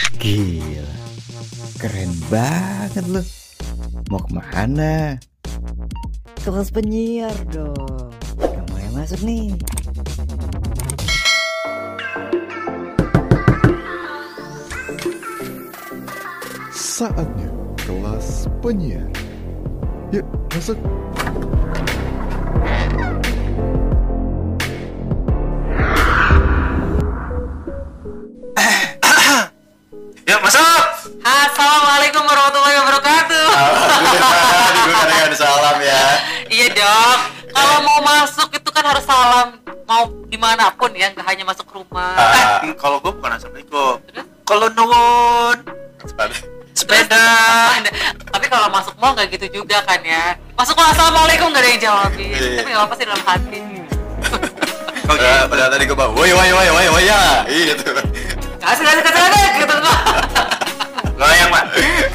Gila, keren banget lu. Mau kemana? Kelas penyiar dong. Udah mulai masuk nih. Saatnya kelas penyiar. Yuk masuk. Yuk masuk. Assalamualaikum warahmatullahi wabarakatuh. Alhamdulillah, dengan salam ya. Iya dong. Kalau mau masuk itu kan harus salam. Mau dimanapun ya, nggak hanya masuk rumah. Kalau gue bukan assalamualaikum. Terus? Kalau nuwun sepeda. Tapi kalau masuk mall nggak gitu juga kan ya. Masuk mall assalamualaikum nggak ada yang jawabin. Iya. Tapi nggak apa sih dalam hati. Kok gitu? Padahal tadi gue bawa woi ya. Iya tuh. Kasih gitu. Goyang pak.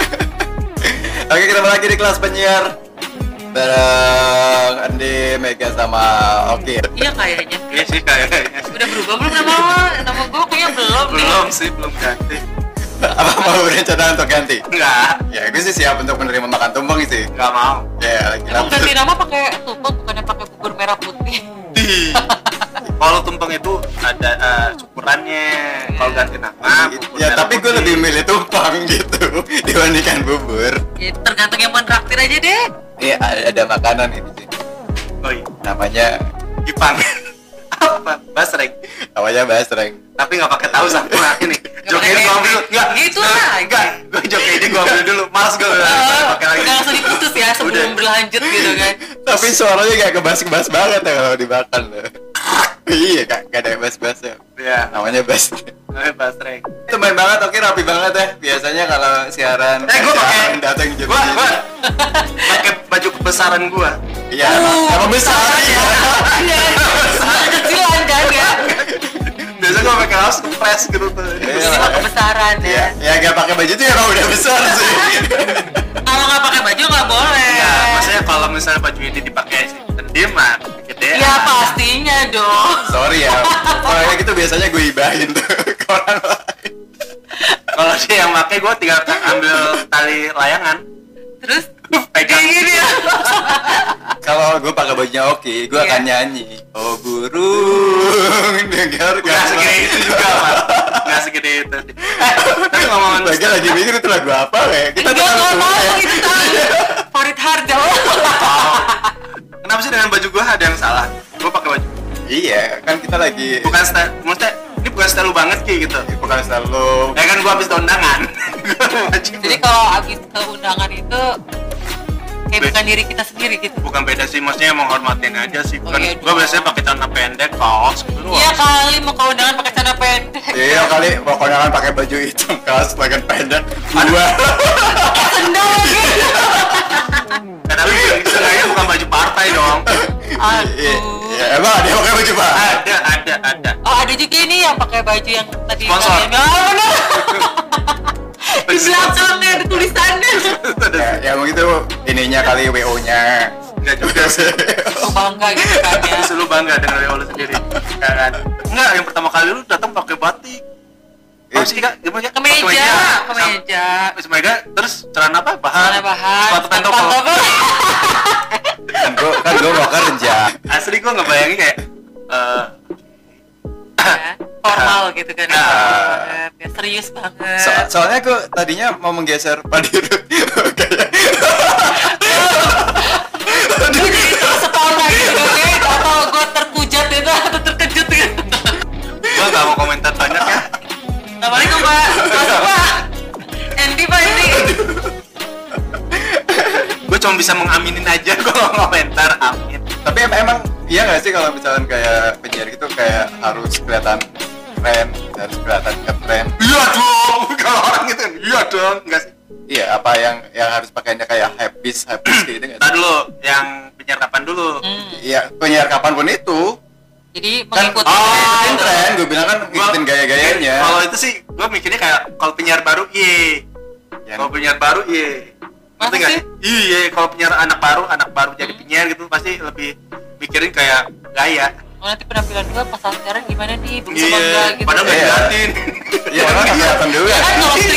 Oke, kita balik lagi di kelas penyiar bareng Andi, Mega sama Oki. Iya kayaknya. Iya sih kayaknya. Udah berubah belum nama lo? Nama gue kayaknya belum nih. Belum sih, belum ganti. Apa mau rencana untuk ganti? Enggak. Ya gue sih siap untuk menerima makan tumpeng sih. Enggak mau. Ya lagi Emang ganti nama pakai tumpeng bukannya pakai bubur merah putih. Kalau tumpeng itu ada syukurannya. Kalau ganti nama Ya tapi gue lebih milih tumpeng gitu dibandingkan bubur. Ya, tergantung yang mentraktir aja deh. Iya ada makanan ini sih. Oh iya. Namanya Ipang. Apa? Basreng. namanya basreng. Tapi nggak pakai tahu sama ini. Nggak Jokinya pakai gue ambil dulu. Nggak. Gitu lah. Enggak. Gue jokinya gue ambil dulu. Males gue pakai lagi. Udah langsung diputus ya sebelum Udah. berlanjut gitu kan. Tapi suaranya kayak kebas-kebas banget ya kalau dimakan. Iya kak, gak ada bas-basnya. Iya. Namanya bas. Basreng. Itu main banget, oke rapi banget ya. Biasanya kalau siaran Gue pakai. datang jam Gue segini. pakai baju kebesaran gue. Iya, emang besar ya. Iya. Kecilan kan ya. Biasanya gue pakai kaos kepres gitu tuh. Iya. Ini mah kebesaran Iya, ya. ya gak pakai baju tuh ya kalau udah besar sih. Kalau nggak pakai baju nggak boleh. Enggak, maksudnya kalau misalnya baju ini dipakai sendiri mah gede. Ya pastinya dong. Sorry ya, kalau kayak gitu biasanya gue ibahin tuh ke orang lain. Kalau dia yang pakai gue tinggal ambil tali layangan. Terus Pegang. kayak gini ya. Kalau gue pakai bajunya oke, gue akan nyanyi. Oh burung, dengar Nggak segede itu juga pak. Nggak segede itu. Tapi ngomongin Lagi lagi mikir itu lagu apa ya? Kita Enggak terlalu tua mau ya. itu tahu. Farid Harjo. kenapa sih dengan baju gue ada yang salah? Gue pakai baju. Iya, kan kita lagi Bukan style, maksudnya ini bukan style lu banget Ki gitu. bukan selalu. Ya kan gue habis undangan. Jadi kalau habis ke undangan itu kayak bukan diri kita sendiri gitu. Bukan beda sih, maksudnya menghormatin aja sih. Oh, Bukan, iya gue dong. biasanya pakai celana pendek, kaos gitu doang. Iya kali mau ke undangan pakai celana pendek. Iya kali pokoknya kan pakai baju hitam kaos lengan pendek. Dua. Sendal lagi. Ya, tapi istilahnya bukan baju partai dong. Iya, Aduh. iya, emang ada yang pakai baju apa? Ada. Oh ada juga ini yang pakai baju yang tadi Sponsor. kalian- Ah, bener. Di belakangnya ada tulisannya. Ya emang itu ininya kali WO-nya. Enggak juga sih. Aku bangga gitu kan ya. Terus lu bangga dengan lu sendiri. Ya kan? Enggak, yang pertama kali lu datang pakai batik. Iya. Oh, sih Kak, gimana? Kemeja. Semeja, terus celana apa? Celana bahan. Sepatu pantofel. Kan gue mau kerja. Asli gua ngebayangin kayak Ya, formal gitu kan. Nah. Formal banget. Ya, serius banget. Soalnya aku tadinya mau menggeser Pak Dirut. Kayak Gue jadi terpesona gitu kan. Atau gue terpujat gitu atau terkejut gitu. gua nggak mau komentar banyak ya. Assalamualaikum Pak. Masuk Pak. Andy Pak ini. Gue cuma bisa mengaminin aja kalau komentar, amin. Tapi emang iya nggak sih kalau misalkan kayak penyiar gitu kayak harus kelihatan keren, harus kelihatan keren. Iya dong, kalau orang itu kan iya dong, enggak sih. Iya, apa yang harus pakainya kayak habis gitu nggak Tadi sih? dulu yang penyiar kapan dulu? Iya, penyiar kapanpun itu Jadi kan mengikuti tren, gue bilang kan ngikutin gaya-gayanya. Kalau itu sih, gue mikirnya kayak kalau penyiar baru, iya. Yang- Kalau penyiar baru, iya. Masa Ngerti nggak sih? Iya, kalau penyiar anak baru jadi penyiar gitu pasti lebih mikirin kayak gaya. Oh, nanti penampilan gue pas siaran gimana nih? Bagus apa Iya, enggak gitu. padahal nggak Iya. diliatin. Iya, kan kelihatan dulu ya. Ya kan kalau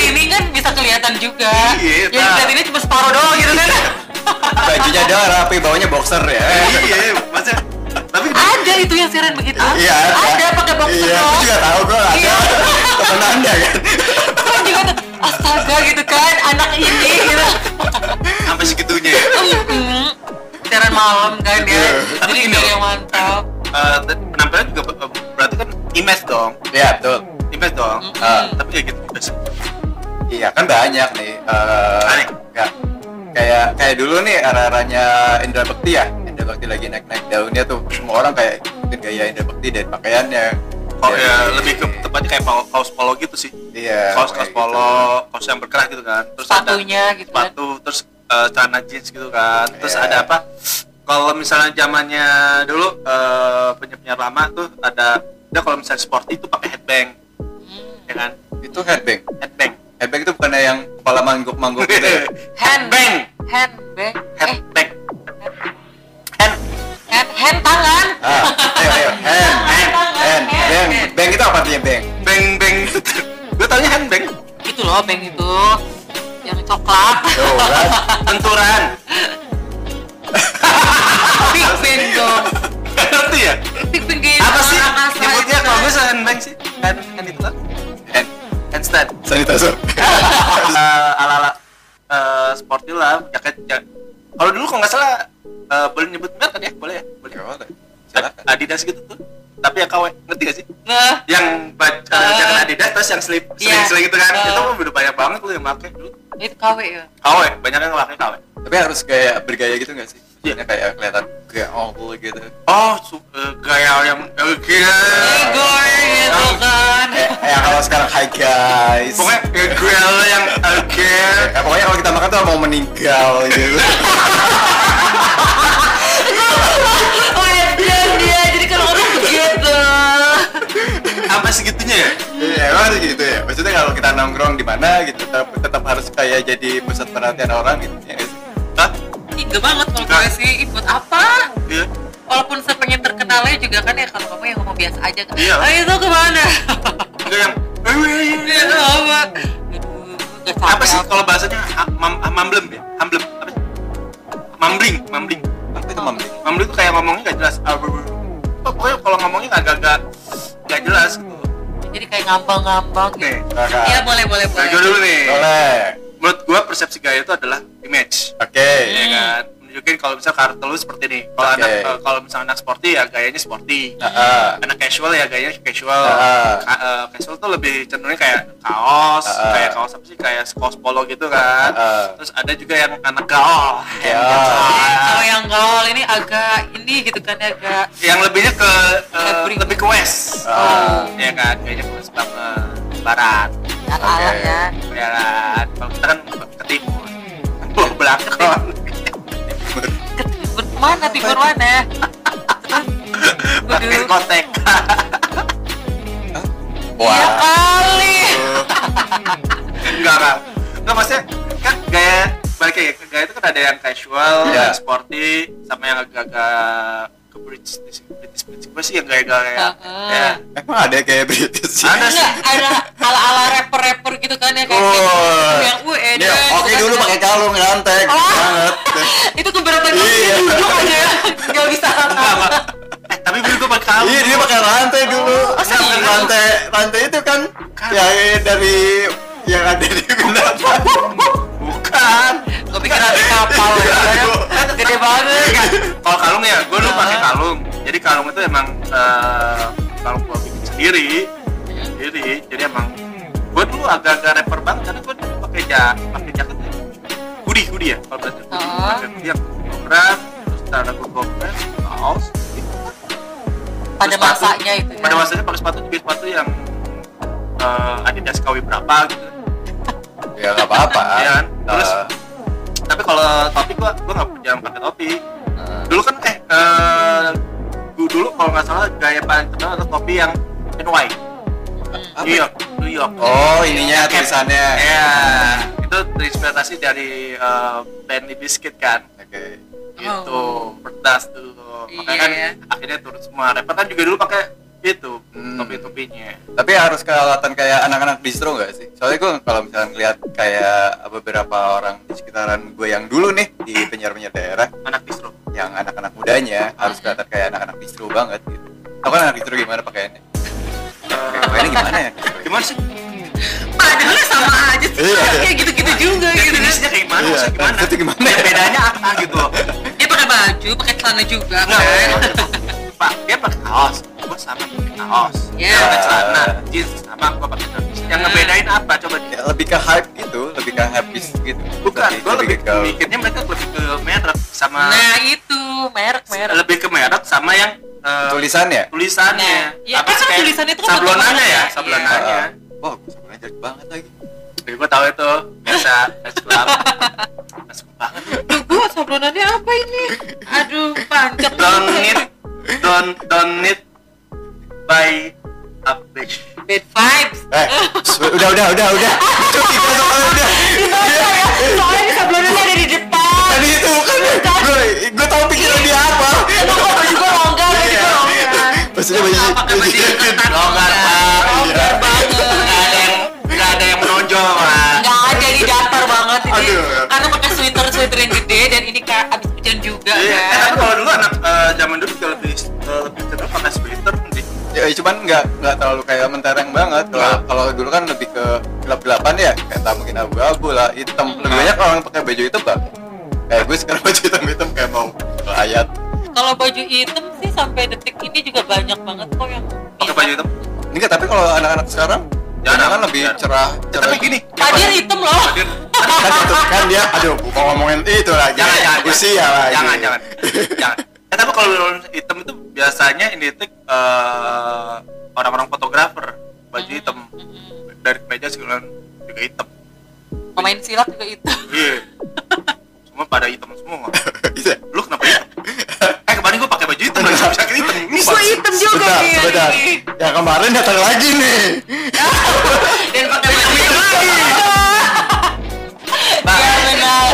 kelihatan juga. Iya, Yang dilihat ini cuma separuh doang gitu kan. Bajunya doang rapi, bawahnya boxer ya. Iya, maksudnya. Tapi Ada itu yang siaran begitu. iya, Ada pakai boxer Iya, dong. aku juga tahu gue ada. Iya. Temen Anda kan. Terus juga tuh, astaga gitu kan, anak ini gitu. Sampai segitunya ya. Siaran malam kan ya. Iya. Jadi Tapi gak gini, yang mantap. Penampilan juga berarti kan image dong. Iya, betul. Image dong. Tapi kayak gitu biasa. Iya, kan banyak nih. Enggak. Kayak dulu nih era-eranya Indra Bekti ya. Indra Bekti lagi naik-naik daunnya tuh. Semua orang kayak ikutin gaya Indra Bekti dari pakaiannya. Oh ya, lebih ke tepatnya kayak kaos polo gitu sih. Iya. Kaos kayak polo, kaos yang berkerah gitu kan. Terus Sepatunya ada gitu kan. sepatu, terus celana jeans gitu kan. Terus Iya. ada apa? Kalau misalnya zamannya dulu penyiar lama tuh ada dia kalau misalnya sporty itu pakai headbang, ya kan? gitu. Itu headbang. Headbang. Headbang itu bukannya yang kepala mangguk-mangguk gitu ya? Handbang. Handbag. Headbang. Hand tangan. Ayo. Bang. Bang itu apa artinya bang? Bang. Gue taunya handbang. Itu loh bang itu yang coklat. Tuh kan? Benturan. Big bang dong. Ngerti ya? Big bang gitu. Apa sih orang kasar nyebutnya gitu kalau kan. gue handbang sih? Hand itu kan? Handstand. Sanitizer. Ala-ala sporty lah, jaket. Kalau dulu kalau nggak salah boleh nyebut merek kan ya? Boleh ya? Boleh. Silakan. Adidas gitu tuh. Tapi ya KW, ngerti gak sih? Nah, Yang jaket Adidas terus yang Iya. sling gitu kan. Ah. Itu udah banyak banget tuh yang pakai dulu. itu KW ya. KW, banyak yang pakai KW. Tapi harus kayak bergaya gitu nggak sih? Iya. Maksudnya kayak kelihatan kayak cool gitu. Oh, gaya yang Ego gitu kan. Ya kalau sekarang hi guys. Pokoknya gaya yang Pokoknya kalau kita makan tuh mau meninggal gitu. Dia jadi kalau orang begitu. apa segitunya ya? Iya, emang harus gitu ya. Maksudnya kalau kita nongkrong di mana gitu, tetap harus kayak jadi pusat perhatian orang gitu ya. Nggak sih? Hah? Ego banget kalau gue sih. Ikut apa? Iya. Walaupun sepengen terkenalnya juga kan ya kalau kamu yang ngomong biasa aja kan. Iya. Ayo itu kemana? Enggak yang Iya apa? apa sih kalau bahasanya mamblem ya? Hamblem apa sih? Mambling. Apa itu mamling? Mambling itu kayak ngomongnya nggak jelas. Pokoknya kalau ngomongnya agak nggak jelas gitu. Jadi kayak ngambang-ngambang gitu. Nih, Iya boleh. nah, gue dulu nih. Boleh. Menurut gua persepsi gaya itu adalah image. Oke. Ya kan? Menunjukin kalau misalnya karakter lu seperti ini. Kalau Oke. kalau misalnya anak sporty ya gayanya sporty. Nah, Anak casual ya gayanya casual. Casual tuh lebih cenderungnya kayak kaos, kayak kaos apa sih? Kayak kaos polo gitu kan. Terus ada juga yang anak gaul. Ya. Kalau yang gaul ini agak ini gitu kan agak Yang lebihnya ke Lebih- lebih ke west. Ya kan, kayaknya ke west banget. Barat. ala-ala ya. Ya kan. Kalau kita kan ke timur. Kan belakang kan. Timur mana? Pakai Waduh. kotek. Iya kali. Enggak. Enggak maksudnya kan gaya balik ya, gaya itu kan ada yang casual, Iya. yang sporty, sama yang agak-agak ke British gue sih yang gaya-gaya ya. emang ada kayak British sih? Ada sih. Enggak, ada ala-ala rapper itu kan ya kayak yang Dia oke dulu pakai kalung nyantek banget. itu keberapa kali Iya. dia duduk aja nggak bisa Enggak. Tapi dulu gue pakai kalung. Iya, dia pakai rantai dulu. serius? Rantai itu kan yang dari yang ada di kenapa? Bukan. gue pikir ada kapal ya gede banget Kalau kalung ya, gue dulu pakai kalung. Jadi kalung itu emang kalung gue bikin sendiri. Jadi emang gue dulu agak-agak rapper banget karena gue dulu pakai jaket ya. Hoodie ya kalau berarti. Pakai hoodie yang program, terus ada gue program, kaos. pada Terus sepatu. masanya itu ya Pada masanya pakai sepatu yang Adidas KW berapa gitu. Ya nggak apa-apa. Iya kan? Terus tapi kalau topi gua nggak jarang pakai topi. Dulu kan dulu kalau nggak salah gaya paling terkenal adalah topi yang NY. New York. Oh, ininya tulisannya. Iya, itu terinspirasi dari band Limp Bizkit kan. Oke. Gitu, berdas tuh. Makanya kan Iya. akhirnya turun semua. Rapper kan juga dulu pakai itu topi-topinya. Tapi harus kelihatan kayak anak-anak distro nggak sih? Soalnya gue kalau misalnya ngeliat kayak beberapa orang di sekitaran gue yang dulu nih di penyiar-penyiar daerah, Anak distro. yang anak-anak mudanya harus kelihatan kayak anak-anak distro banget gitu. Tau kan anak distro gimana pakaiannya? Pakaiannya gimana ya? Gimana sih? Padahal sama aja sih. Kayak gitu-gitu juga gitu. Definisinya kayak gimana? Maksudnya gimana? Itu gimana? Ya, bedanya apa gitu loh? Dia pakai baju, pakai celana juga Nggak, kan. Pak, dia pakai kaos, gue sama pakai kaos. Iya. Dia pakai celana, jeans sama gue pakai jeans. Yang ngebedain apa coba? Ya, lebih ke hype gitu, lebih ke habis gitu. Bukan, gue lebih ke mikirnya mereka lebih ke merek sama Nah itu merek. lebih ke merek sama yang tulisannya. tulisannya. Nah, ya, Apa sih kan kayak tulisannya itu kan sablonannya bentuk ya, mana? sablonannya. Wah, sebenarnya jelek banget lagi. Jadi gue tahu itu biasa Islam. Masuk banget. Tuh gua sablonannya apa ini? Aduh, panjang. Don't need by a bitch. Bad vibes. Udah. Cukup kita soalnya udah. Soalnya ini sablonannya ada di depan. Tadi itu kan gue tahu pikiran dia apa. Baju gua longgar, Maksudnya baju pakai baju ketat. Longgar, Pak. Longgar banget. Nggak ada yang menonjol lah. Nggak ada, ini datar banget ini. Aduh. Karena pakai sweater yang gede dan ini kayak abis hujan juga Iya, kan. tapi kalau dulu anak zaman dulu juga lebih cenderung pakai sweater nih. ya cuman nggak terlalu kayak mentereng banget. Kalau dulu kan lebih ke gelap-gelapan ya, kayak tak mungkin abu-abu lah, hitam. Lebih banyak orang pakai baju hitam bang. Kayak gue sekarang baju hitam kayak mau ke ayat. Kalau baju hitam sih sampai detik ini juga banyak banget kok yang Pakai baju hitam. Enggak, tapi kalau anak-anak sekarang Jarang, kan lebih jarang. cerah. Tapi gini, Hadir hitam loh. kan dia aduh mau ngomongin itu lagi. jangan usia lagi. jangan tapi kalau hitam itu biasanya identik orang-orang fotografer baju hitam dari meja segala juga hitam. Pemain silat juga hitam. Iya, semua pada hitam semua. Bisa. Lu kenapa hitam? Kemarin gua pakai baju hitam lagi bisa hitam. Lu Gua hitam juga nih. Sebentar. Yang kemarin datang lagi nih. Dan pakai baju hitam lagi. Iya benar.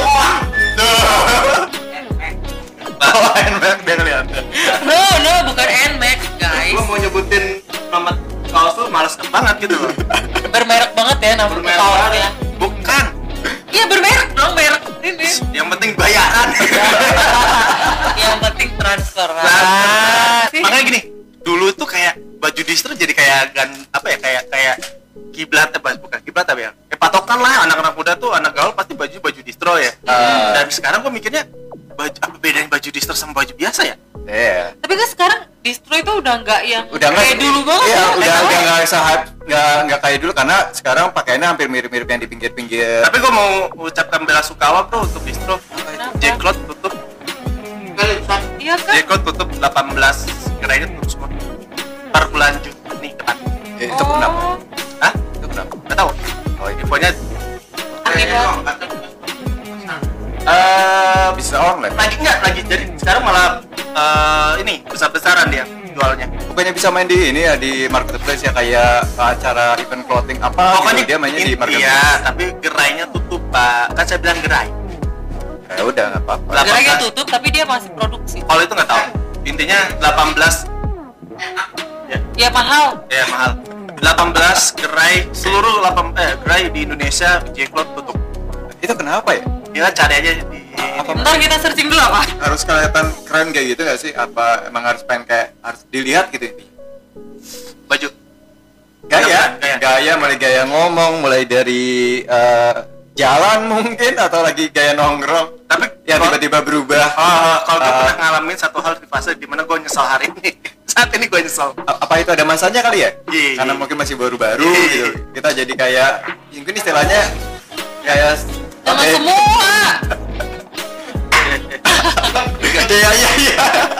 Oh, NMAX biar lihat. No, bukan NMAX guys. Gua mau nyebutin nama kaos lu males banget gitu loh. Bermerek banget ya nama Bermerek kaosnya. banget. Bukan. Iya bermerek dong, merek ini. Yang penting bayaran. Yang penting transfer. Makanya gini, dulu tuh kayak baju distro jadi kayak kayak kiblat bukan kiblat tapi ya. Kayak patokan lah anak-anak muda tuh anak gaul pasti baju distro ya. Dan sekarang gua mikirnya apa bedanya baju distro sama baju biasa ya? Iya. Tapi kan sekarang distro itu udah nggak yang Udah nggak kayak dulu banget. Iya, ya. udah nggak sehype, nggak kayak dulu karena sekarang pakaiannya hampir mirip-mirip yang di pinggir-pinggir. Tapi gua mau ucapkan bela sungkawa bro untuk distro. J-Cloud tutup. Iya kan? J-Cloud tutup 18 gerai tutup semua. Per bulan Juni depan. Itu kenapa? Hah? Itu kenapa? Nggak tahu. Oh, ini Infonya Aneh banget. bisa online. lagi jadi sekarang malah ini besar-besaran dia jualnya. Bukannya bisa main di ini ya di marketplace ya kayak acara event clothing apa? Pokoknya gitu, dia mainnya di marketplace. Iya, tapi gerainya tutup pak. Kan saya bilang gerai. Ya udah nggak apa-apa. Lah, Gerainya 18. tutup tapi dia masih produksi. Kalau itu nggak tahu. Intinya 18. Ya mahal. Ya mahal. 18 gerai seluruh gerai di Indonesia J-Cloud tutup. Itu kenapa ya? Ya cari aja di Ntar kita searching dulu apa? Harus kelihatan keren kayak gitu nggak sih? Apa emang harus pengen kayak harus dilihat gitu intinya? baju. Gaya, mulai gaya ngomong, mulai dari jalan mungkin atau lagi gaya nongkrong. Tapi yang tiba-tiba berubah. kalau gue pernah ngalamin satu hal di fase dimana gue nyesel hari ini. Saat ini gue nyesel. Apa itu ada masanya kali ya? Iya. Karena mungkin masih baru-baru Iya. gitu. Kita jadi kayak mungkin istilahnya kayak Sama semua. Iya.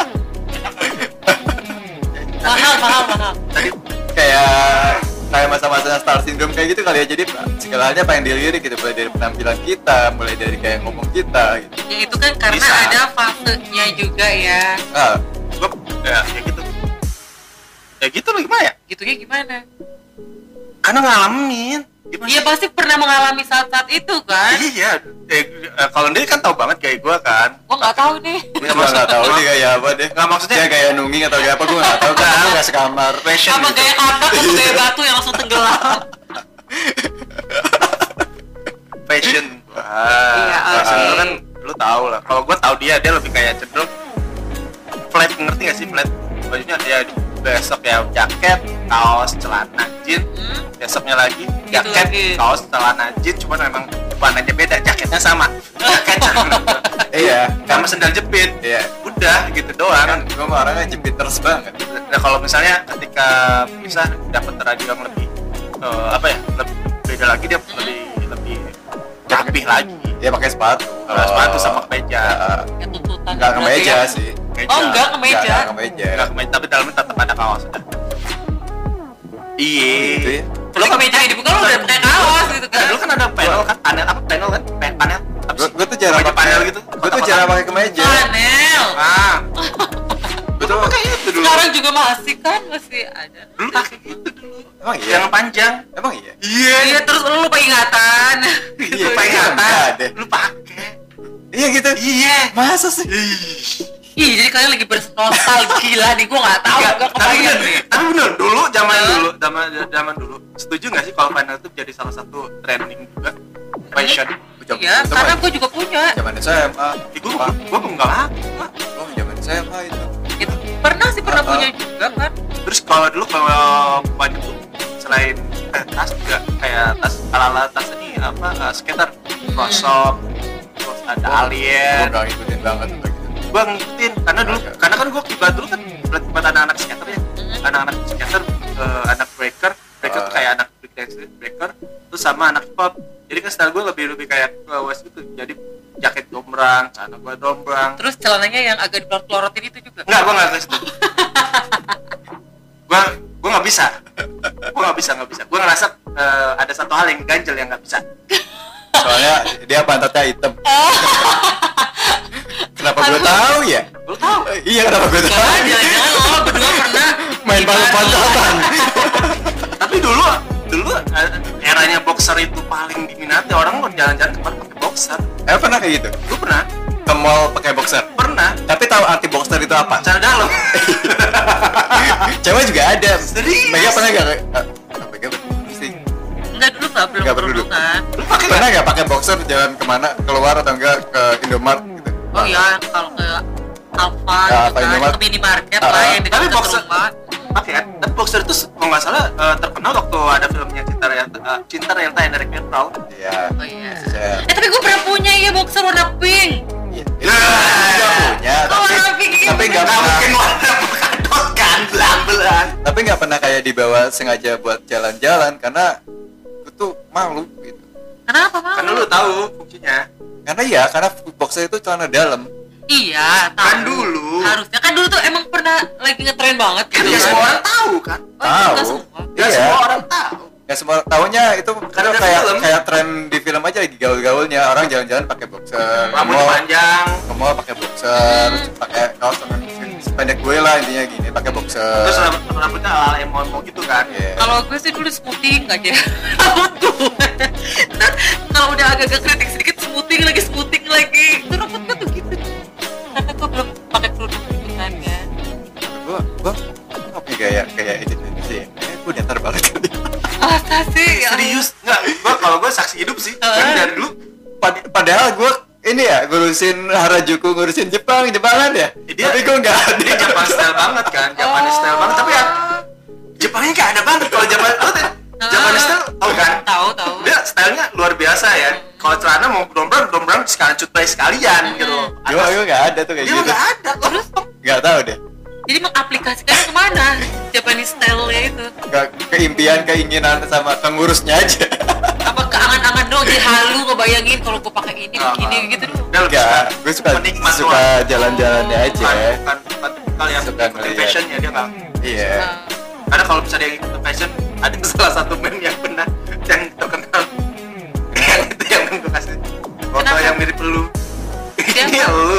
Mahal. Tadi kayak masa-masa star syndrome kayak gitu kali ya. Jadi segalanya pengen dilirik gitu, mulai dari penampilan kita, mulai dari kayak ngomong kita gitu. Ya itu kan karena Bisa. ada fasenya juga ya. Nah, gue ya gitu. Ya gitu loh gimana ya? Gitunya gimana? Karena ngalamin. Dia pasti pernah mengalami saat-saat itu kan. Iya, kalau dia kan tahu banget kayak gue kan. Gue nggak tahu nih. Gue nggak tahu dia kayak apa deh. Nggak maksudnya dia kayak nungging atau kayak apa gue nggak tahu kan. Gue nggak sekamar. Fashion Apa gitu. gaya katak atau gaya batu yang langsung tenggelam. Fashion. Iya, Fashion oke. itu kan lu tahu lah. Kalau gue tahu dia lebih kayak cenderung flat, ngerti nggak sih flat? Bajunya dia besok ya jaket, kaos, celana jeans. Besoknya lagi jaket, lagi. kaos, celana jeans, cuman memang warnanya beda, jaketnya sama. Jaket Iya. sama sendal jepit. Iya. Udah gitu doang. Kan gue orangnya jepiters banget. Nah kalau misalnya ketika bisa dapat radio yang lebih lebih beda lagi, dia lebih rapih lagi. Dia pakai sepatu. Sepatu sama kemeja. Kayak tuntutan. Enggak Berarti kemeja ya. sih. Oh enggak kemeja. Enggak kemeja. Enggak kemeja, tapi dalamnya tetap ada kaos. Gitu Iya. ya. Kalau kemeja dibuka lu udah pakai kaos gitu kan. Dulu kan ada panel kan, panel kan, panel. Gue tuh jarang Kemeja pakai panel gitu. Gue tuh jarang pakai kemeja. Panel. Ah. Gue tuh pakai itu dulu. Sekarang juga masih kan masih ada. Dulu pakai gitu dulu. Emang iya. Yang panjang. Emang iya. Iya terus lu lupa ingatan. Iya, Lupa iya, ingatan. enggak deh. Lu pakai. Iya gitu. Iya. Masa sih? Ih jadi kalian lagi bernostalgia nih gue nggak tahu Enggak, gue kebayang nih. tapi bener dulu zaman dulu setuju nggak sih kalau panel itu jadi salah satu trending juga fashion? Iya karena gue juga punya. Zaman SMA. Gue nggak laku. Oh, zaman SMA itu. Gitu. Pernah punya juga kan. Terus kalau dulu kalau banyak tuh selain tas juga kayak tas ala tas ini skater, crossock, terus ada Gue alien. nggak ngikutin banget tuh gitu. Gue ngikutin karena kan gue kiblat dulu kan buat anak-anak skater ya, anak-anak skater, anak breaker tuh kayak anak break dance breaker, terus sama anak hip hop. Jadi kan style gue lebih kayak ke west gitu. Jadi jaket dombrang, celana gue dombrang. Terus celananya yang agak diplorot-plorotin itu juga. Enggak, gue nggak ke situ. gue nggak bisa. Gue ngerasa ada satu hal yang ganjel yang nggak bisa. Soalnya dia pantatnya hitam. Kenapa gue tahu ya? Lu tahu? Iya, kenapa gue tahu? Jangan-jangan lo berdua pernah Main pantat-pantatan. Tapi dulu eranya boxer itu paling diminati orang mau jalan-jalan kemana pakai boxer. Pernah kayak gitu? Lu pernah? Ke mall pakai boxer. Pernah. Tapi tahu arti boxer itu apa? Cara dalam. Cewek juga ada. Serius? Mega pernah nggak? Mega sih. Enggak dulu belum Nggak perlu. kan. Lu pakai Pernah nggak pakai boxer jalan kemana? Keluar atau enggak ke Indomaret gitu? Oh iya kalau ke Alfa Ya, gitu Alfa kan, Indomaret. ke minimarket Ah, lah yang di tapi dekat boxer rumah. pakai kan? Tapi boxer itu kalau nggak salah terkenal waktu ada filmnya Cinta Realita yang dari Ken Brown. Iya. Oh iya. Iya. Tapi gue pernah punya ya boxer warna pink. Iya. Itu juga punya, Oh, warna pink gitu. tapi nggak Nggak pernah. mungkin warna kadot kan belang-belang. Tapi nggak pernah kayak dibawa sengaja buat jalan-jalan karena itu tuh malu gitu. Kenapa mau? Kan lu tahu fungsinya. Karena boxer itu celana dalam. Iya, tahu. Kan dulu. Harusnya kan dulu tuh emang pernah lagi ngetren banget Kan gitu ya semua orang tahu kan. Oh, iya, nggak Tahu. semua. Ya Iya. semua orang tahu. Ya semua tahunya itu Karena ada kayak film. kayak tren di film aja lagi gaul-gaulnya orang jalan-jalan pakai boxer. Rambutnya panjang. Ke mall pakai boxer, pakai kaos sependek gue lah intinya gini, pakai boxer. Terus rambutnya ala emo gitu kan. Iya. Kalau gue sih dulu smoothing aja rambut gue. Ntar kalau udah agak-agak keriting sedikit smoothing lagi. Itu rambutnya tuh gitu. Karena gue belum pakai kerudung gitu kan ya. Gua nggak punya gaya edit sih. Gue datar banget kali. Masa sih? Ya Serius? Enggak, kalau gue saksi hidup sih. Kan dari dulu Padahal gue ini ya ngurusin Harajuku, ngurusin Jepangan ya. Dia- Tapi gue nggak ada. dia Japan style banget kan, Japanese style banget. Tapi ya Jepangnya nggak ada banget. Kalau Japanese style tahu kan? Tahu. Dia stylenya luar biasa ya. Kalau celana mau dombrang sekalian cutbray sekalian gitu. Gue nggak ada tuh kayak Dia gitu. nggak ada. Terus Nggak tahu deh. Jadi mengaplikasikannya kemana? Japanese style-nya itu? Nggak keimpian, keinginan sama kengurusnya aja. Apa keangan-angan dong? Jadi halu ngebayangin kalau gue pakai ini begini gitu dong. dia lebih Enggak, gue suka menikmat suka doang. jalan-jalannya aja. Bukan tipikal yang Suka ikutin ngeliat. fashionnya dia nggak. Iya. Karena kalau misalnya yang ikut fashion, ada salah satu band yang pernah yang terkenal. Yang itu yang gue kasih foto Kenapa? yang mirip lu. Siapa? Ini lu.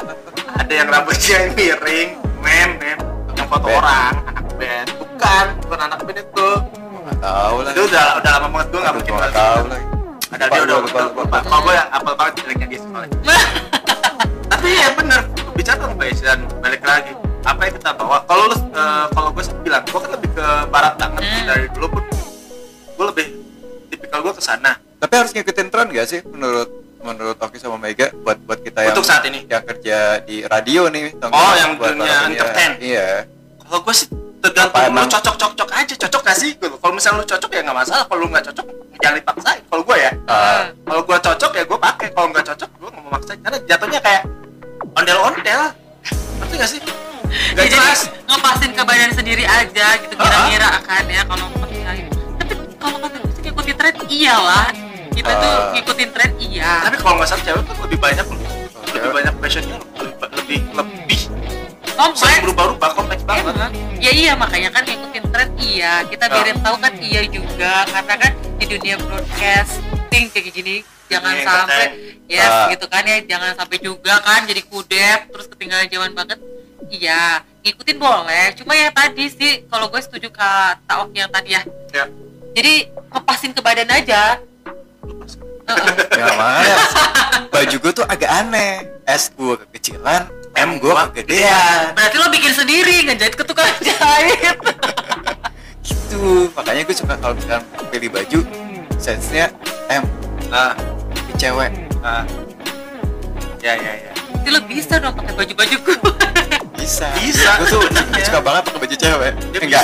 Ada yang rambutnya miring, mem, yang foto Band. orang, anak band. Bukan anak band itu. Nggak tahu lah. Itu udah lama banget gue nggak mungkin tahu lagi. Ada dia udah lupa. Kalau gue yang apel banget jeleknya dia soalnya. Tapi ya bener, bicara tentang fashion, balik lagi. Apa yang kita bawa? Kalau gue sih bilang, gue kan lebih ke barat banget dari dulu pun. Gue lebih tipikal gue ke sana. Tapi harus ngikutin tren gak sih menurut Oki sama Mega buat kita yang untuk saat ini yang kerja di radio nih? Yang dunia entertain. Iya. Kalau gue sih tergantung lu cocok aja, cocok gak sih? Kalau misalnya lu cocok ya nggak masalah. Kalau lu nggak cocok jangan dipaksain. Kalau gue ya, kalau gue cocok ya gue pakai. Kalau nggak cocok gue nggak mau maksain karena jatuhnya kayak ondel-ondel. Ngerti gak sih? Gak jelas. Ngepasin ke badan sendiri aja gitu kira-kira akan ya kalau pakai. Tapi kalau kata gue sih ngikutin tren iyalah. Kita tuh ngikutin tren iya. Tapi kalau nggak salah cewek tuh lebih banyak fashionnya lebih kompleks, berubah-ubah, kompleks banget. Ya iya makanya kan ngikutin tren iya. Kita biarin tahu kan iya juga karena kan di dunia broadcasting kayak gini jangan sampai gitu kan ya, jangan sampai juga kan jadi kudet terus ketinggalan zaman banget. Iya, ngikutin boleh. Cuma ya tadi sih kalau gue setuju kata Oki yang tadi ya. Jadi ngepasin ke badan aja. Ya makanya baju gue tuh agak aneh. S gue kekecilan, M gue kegedean. Berarti lo bikin sendiri, ngejahit ke tukang jahit. Gitu. Makanya gue suka kalau misalkan pilih baju size-nya M. Di cewek. Ya. Jadi lo bisa dong pakai baju-baju gue. Bisa. Gue tuh suka banget pakai baju cewek. Enggak.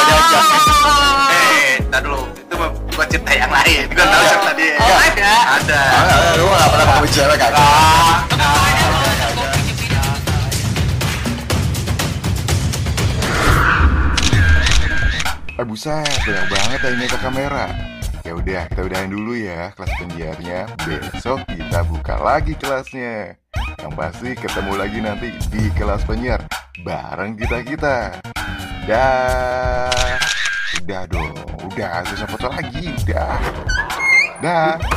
Ntar dulu. Itu buat cerita yang lain. Gue tahu cerita dia. Oh ada. Lu nggak pernah pakai baju cewek kan? Buset, banyak banget ya ini ke kamera. Ya udah, kita udahin dulu ya kelas penyiarnya. Besok kita buka lagi kelasnya. Yang pasti ketemu lagi nanti di kelas penyiar bareng kita. Udah dong, udah, susah foto lagi, udah.